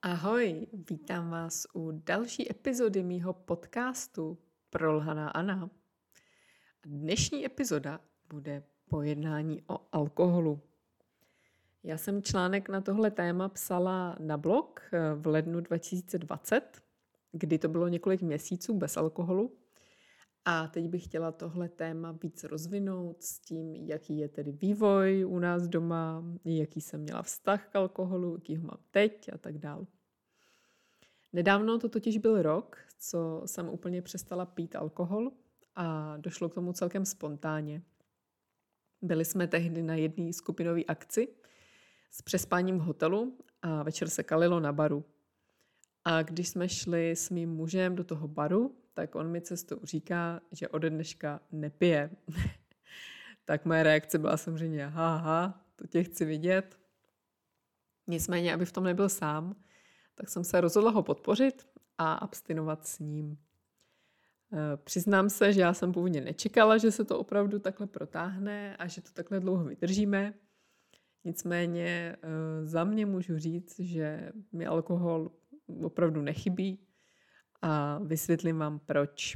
Ahoj, vítám vás u další epizody mýho podcastu Prolhaná Anna. Dnešní epizoda bude pojednání o alkoholu. Já jsem článek na tohle téma psala na blog v lednu 2020, kdy to bylo několik měsíců bez alkoholu. A teď bych chtěla tohle téma víc rozvinout s tím, jaký je tedy vývoj u nás doma, jaký jsem měla vztah k alkoholu, jaký ho mám teď a tak dále. Nedávno to totiž byl rok, co jsem úplně přestala pít alkohol a došlo k tomu celkem spontánně. Byli jsme tehdy na jedné skupinové akci s přespáním v hotelu a večer se kalilo na baru. A když jsme šli s mým mužem do toho baru, tak on mi cestou říká, že ode dneška nepije. Tak moje reakce byla samozřejmě, haha, to tě chci vidět. Nicméně, aby v tom nebyl sám, tak jsem se rozhodla ho podpořit a abstinovat s ním. Přiznám se, že já jsem původně nečekala, že se to opravdu takhle protáhne a že to takhle dlouho vydržíme. Nicméně za mě můžu říct, že mi alkohol opravdu nechybí a vysvětlím vám proč.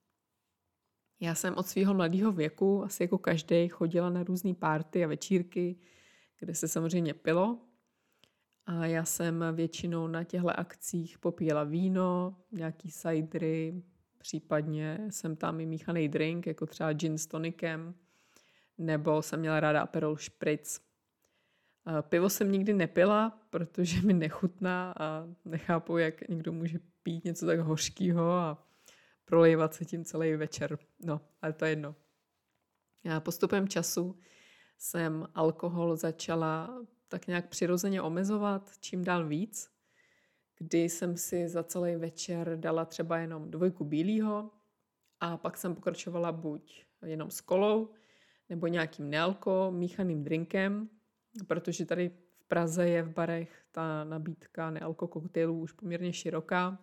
Já jsem od svého mladého věku, asi jako každý, chodila na různé párty a večírky, kde se samozřejmě pilo. A já jsem většinou na těchto akcích popíjela víno, nějaký cidery, případně jsem tam i míchaný drink, jako třeba gin s tonikem, nebo jsem měla ráda Aperol Spritz. Pivo jsem nikdy nepila, protože mi nechutná a nechápu, jak někdo může pít něco tak hořkýho a prolejvat se tím celý večer. No, ale to je jedno. A postupem času jsem alkohol začala tak nějak přirozeně omezovat čím dál víc, kdy jsem si za celý večer dala třeba jenom 2 bílýho a pak jsem pokračovala buď jenom s kolou nebo nějakým nealko míchaným drinkem, protože tady v Praze je v barech ta nabídka nealko koktejlů už poměrně široká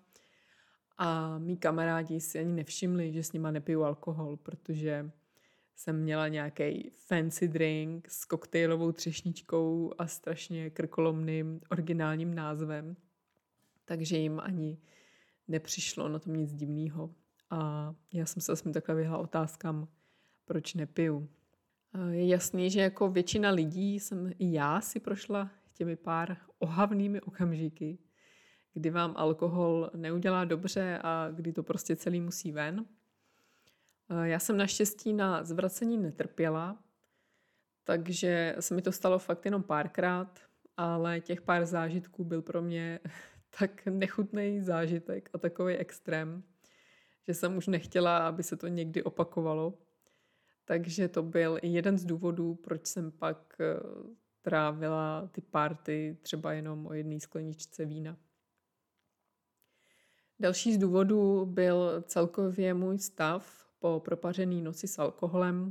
a mý kamarádi si ani nevšimli, že s nima nepiju alkohol, protože jsem měla nějaký fancy drink s koktejlovou třešničkou a strašně krkolomným originálním názvem. Takže jim ani nepřišlo na tom nic divného. A já jsem se aspoň takhle vyhla otázkám, proč nepiju. Je jasný, že jako většina lidí jsem i já si prošla těmi pár ohavnými okamžiky, kdy vám alkohol neudělá dobře a kdy to prostě celý musí ven. Já jsem naštěstí na zvracení netrpěla, takže se mi to stalo fakt jenom párkrát, ale těch pár zážitků byl pro mě tak nechutný zážitek a takový extrém, že jsem už nechtěla, aby se to někdy opakovalo. Takže to byl i jeden z důvodů, proč jsem pak trávila ty party třeba jenom o 1 skleničce vína. Další z důvodů byl celkově můj stav po propařený noci s alkoholem.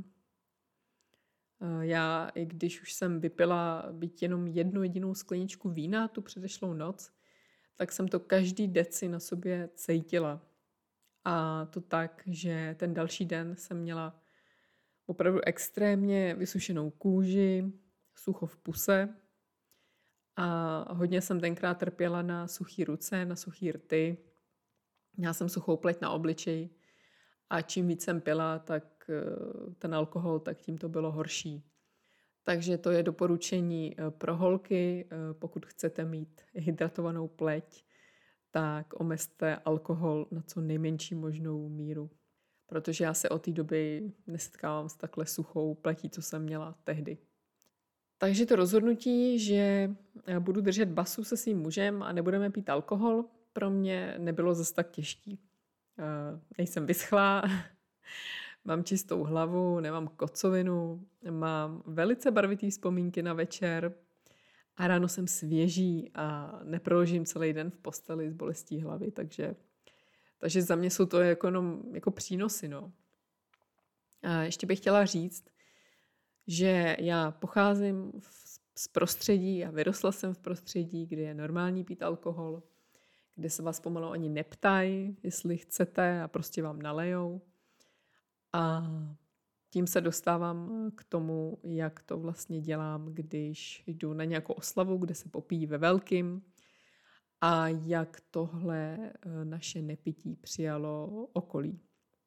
Já, i když už jsem vypila byť jenom 1 jedinou skleničku vína tu předešlou noc, tak jsem to každý deci na sobě cítila. A to tak, že ten další den jsem měla opravdu extrémně vysušenou kůži, sucho v puse a hodně jsem tenkrát trpěla na suchý ruce, na suchý rty. Měla jsem suchou pleť na obličeji a čím víc jsem pila, tak ten alkohol, tak tím to bylo horší. Takže to je doporučení pro holky, pokud chcete mít hydratovanou pleť, tak omezte alkohol na co nejmenší možnou míru. Protože já se od té doby nesetkávám s takhle suchou pletí, co jsem měla tehdy. Takže to rozhodnutí, že budu držet basu se svým mužem a nebudeme pít alkohol, pro mě nebylo zase tak těžký. Nejsem vyschlá, mám čistou hlavu, nemám kocovinu, mám velice barvitý vzpomínky na večer a ráno jsem svěží a neproložím celý den v posteli s bolestí hlavy, takže za mě jsou to jako přínosy. No. A ještě bych chtěla říct, že já pocházím z prostředí a vyrostla jsem v prostředí, kde je normální pít alkohol, kde se vás pomalu ani neptají, jestli chcete a prostě vám nalejou. A tím se dostávám k tomu, jak to vlastně dělám, když jdu na nějakou oslavu, kde se popíjí ve velkým a jak tohle naše nepití přijalo okolí.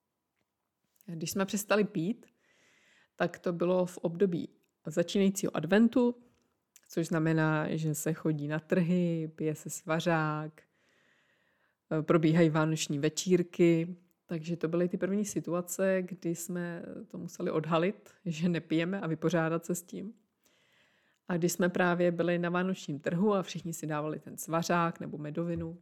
Když jsme přestali pít, tak to bylo v období začínajícího adventu, což znamená, že se chodí na trhy, pije se svařák, probíhají vánoční večírky, takže to byly ty první situace, kdy jsme to museli odhalit, že nepijeme a vypořádat se s tím. A když jsme právě byli na vánočním trhu a všichni si dávali ten svařák nebo medovinu,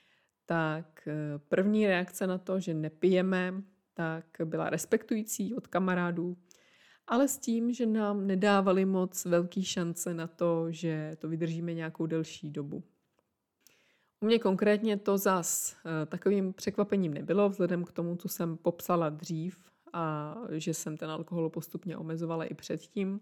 tak první reakce na to, že nepijeme, tak byla respektující od kamarádů, ale s tím, že nám nedávali moc velký šance na to, že to vydržíme nějakou delší dobu. U mě konkrétně to zas takovým překvapením nebylo, vzhledem k tomu, co jsem popsala dřív a že jsem ten alkohol postupně omezovala i předtím.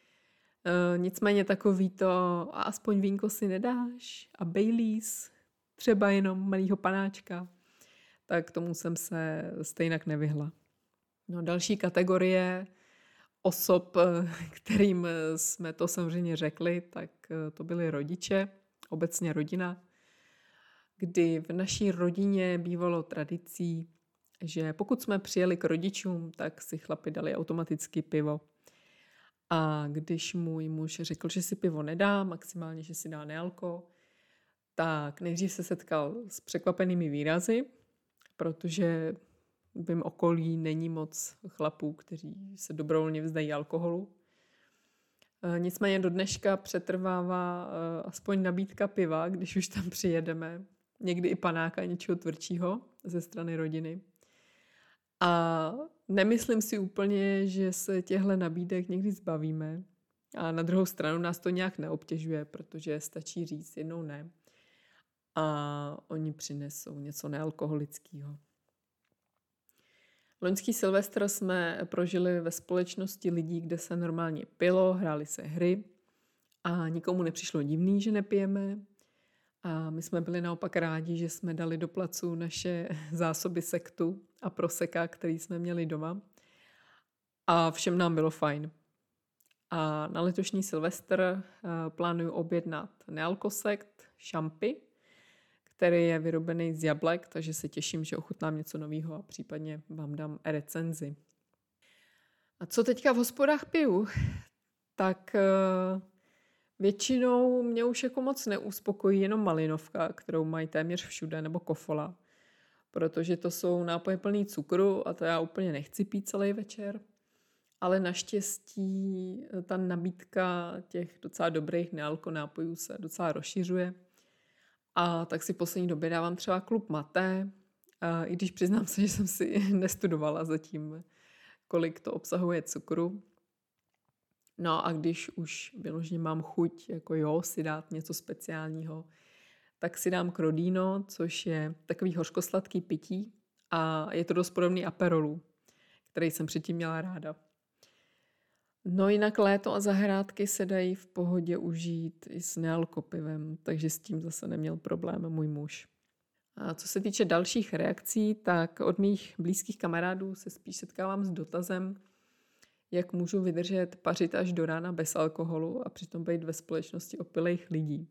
Nicméně takový to, a aspoň vínko si nedáš a Baileys, třeba jenom malýho panáčka, tak tomu jsem se stejnak nevyhla. No, další kategorie osob, kterým jsme to samozřejmě řekli, tak to byli rodiče, obecně rodina, kdy v naší rodině bývalo tradicí, že pokud jsme přijeli k rodičům, tak si chlapi dali automaticky pivo. A když můj muž řekl, že si pivo nedá, maximálně, že si dá nealko, tak nejdřív se setkal s překvapenými výrazy, protože v mém okolí není moc chlapů, kteří se dobrovolně vzdají alkoholu. Nicméně do dneška přetrvává aspoň nabídka piva, když už tam přijedeme. Někdy i panáka, něčeho tvrdšího ze strany rodiny. A nemyslím si úplně, že se těchto nabídek někdy zbavíme. A na druhou stranu nás to nějak neobtěžuje, protože stačí říct jednou ne. A oni přinesou něco nealkoholického. Loňský Silvestr jsme prožili ve společnosti lidí, kde se normálně pilo, hrály se hry a nikomu nepřišlo divný, že nepijeme. A my jsme byli naopak rádi, že jsme dali do placu naše zásoby sektu a proseka, který jsme měli doma. A všem nám bylo fajn. A na letošní Silvestr plánuju objednat nealkosekt šampy, který je vyrobený z jablek, takže se těším, že ochutnám něco nového a případně vám dám recenzi. A co teďka v hospodách piju? Tak většinou mě už jako moc neuspokojí jenom malinovka, kterou mají téměř všude, nebo kofola, protože to jsou nápoje plný cukru a to já úplně nechci pít celý večer. Ale naštěstí ta nabídka těch docela dobrých nealko nápojů se docela rozšiřuje. A tak si v poslední době dávám třeba Klub Maté, i když přiznám se, že jsem si nestudovala zatím, kolik to obsahuje cukru. No a když už vyloženě mám chuť jako si dát něco speciálního, tak si dám Crodino, což je takový hořkosladký pití a je to dost podobný Aperolu, který jsem předtím měla ráda. No jinak léto a zahrádky se dají v pohodě užít i s nealkopivem, takže s tím zase neměl problém můj muž. A co se týče dalších reakcí, tak od mých blízkých kamarádů se spíš setkávám s dotazem, jak můžu vydržet pařit až do rána bez alkoholu a přitom být ve společnosti opilých lidí.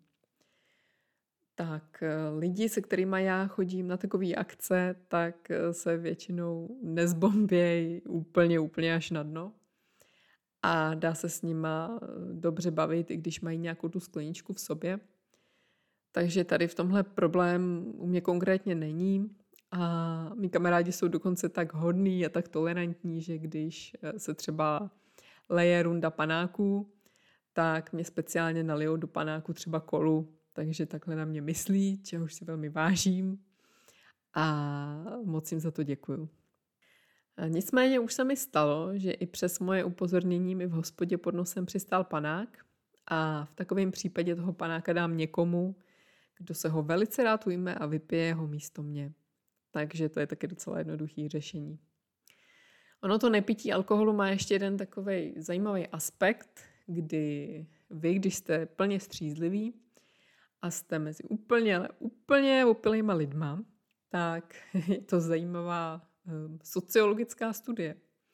Tak lidi, se kterými já chodím na takové akce, tak se většinou nezbombějí úplně až na dno. A dá se s nima dobře bavit, i když mají nějakou tu skleničku v sobě. Takže tady v tomhle problém u mě konkrétně není. A mý kamarádi jsou dokonce tak hodní a tak tolerantní, že když se třeba leje runda panáků, tak mě speciálně nalijou do panáku třeba kolu. Takže takhle na mě myslí, čehož si velmi vážím. A moc jim za to děkuju. Nicméně už se mi stalo, že i přes moje upozornění mi v hospodě pod nosem přistál panák a v takovém případě toho panáka dám někomu, kdo se ho velice rád ujme a vypije ho místo mě. Takže to je taky docela jednoduchý řešení. Ono to nepití alkoholu má ještě jeden takový zajímavý aspekt, kdy vy, když jste plně střízliví a jste mezi úplně opilýma lidma, tak je to zajímavá sociologická studie.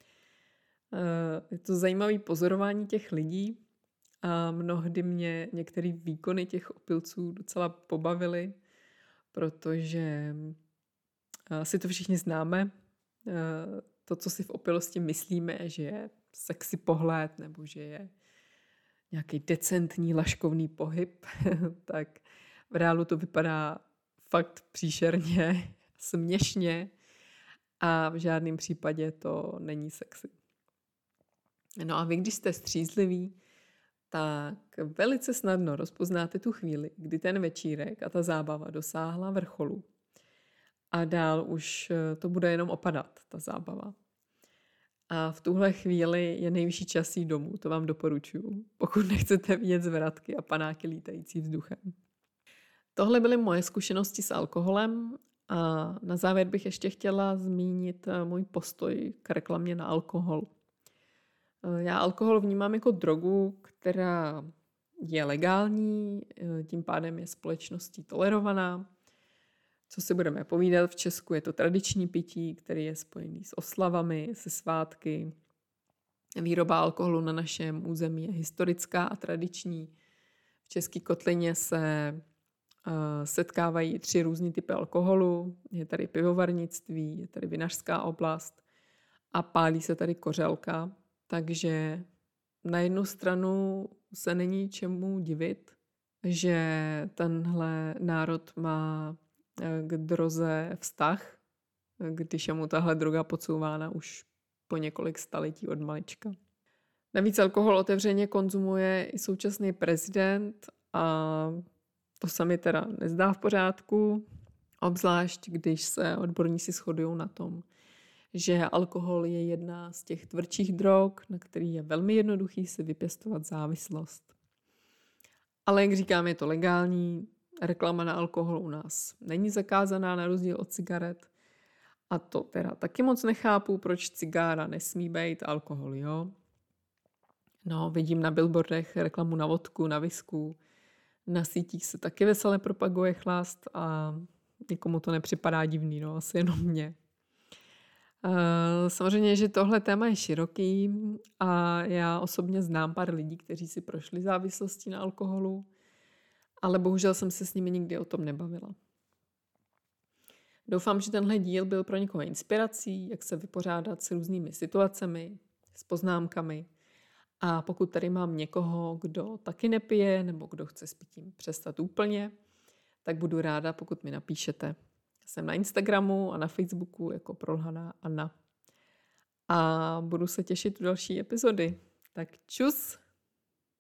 Je to zajímavé pozorování těch lidí a mnohdy mě některé výkony těch opilců docela pobavily, protože asi to všichni známe. To, co si v opilosti myslíme, že je sexy pohled nebo že je nějaký decentní, laškovný pohyb, tak v reálu to vypadá fakt příšerně, směšně a v žádném případě to není sexy. No a vy, když jste střízliví, tak velice snadno rozpoznáte tu chvíli, kdy ten večírek a ta zábava dosáhla vrcholu. A dál už to bude jenom opadat, ta zábava. A v tuhle chvíli je nejvyšší čas jít domů, to vám doporučuji, pokud nechcete vidět zvratky a panáky lítající vzduchem. Tohle byly moje zkušenosti s alkoholem a na závěr bych ještě chtěla zmínit můj postoj k reklamě na alkohol. Já alkohol vnímám jako drogu, která je legální, tím pádem je společností tolerovaná. Co si budeme povídat, v Česku je to tradiční pití, který je spojený s oslavami, se svátky. Výroba alkoholu na našem území je historická a tradiční. V České kotlině se setkávají 3 různé typy alkoholu. Je tady pivovarnictví, je tady vinařská oblast a pálí se tady kořelka. Takže na jednu stranu se není čemu divit, že tenhle národ má k droze vztah, když je mu tahle droga podsouvána už po několik staletí od malička. Navíc alkohol otevřeně konzumuje i současný prezident a to se mi teda nezdá v pořádku, obzvlášť když se odborníci shodují na tom, že alkohol je jedna z těch tvrdších drog, na který je velmi jednoduchý si vypěstovat závislost. Ale jak říkám, je to legální, reklama na alkohol u nás není zakázaná na rozdíl od cigaret. A to teda taky moc nechápu, proč cigára nesmí být, alkohol, jo. No, vidím na billboardech reklamu na vodku, na visku, na sítích se taky veselé propaguje chlast a nikomu to nepřipadá divný, no, asi jenom mně. Samozřejmě, že tohle téma je široký a já osobně znám pár lidí, kteří si prošli závislostí na alkoholu, ale bohužel jsem se s nimi nikdy o tom nebavila. Doufám, že tenhle díl byl pro někoho inspirací, jak se vypořádat s různými situacemi, s poznámkami. A pokud tady mám někoho, kdo taky nepije nebo kdo chce s pitím přestat úplně, tak budu ráda, pokud mi napíšete. Jsem na Instagramu a na Facebooku jako Prolhaná Anna. A budu se těšit u další epizody. Tak čus!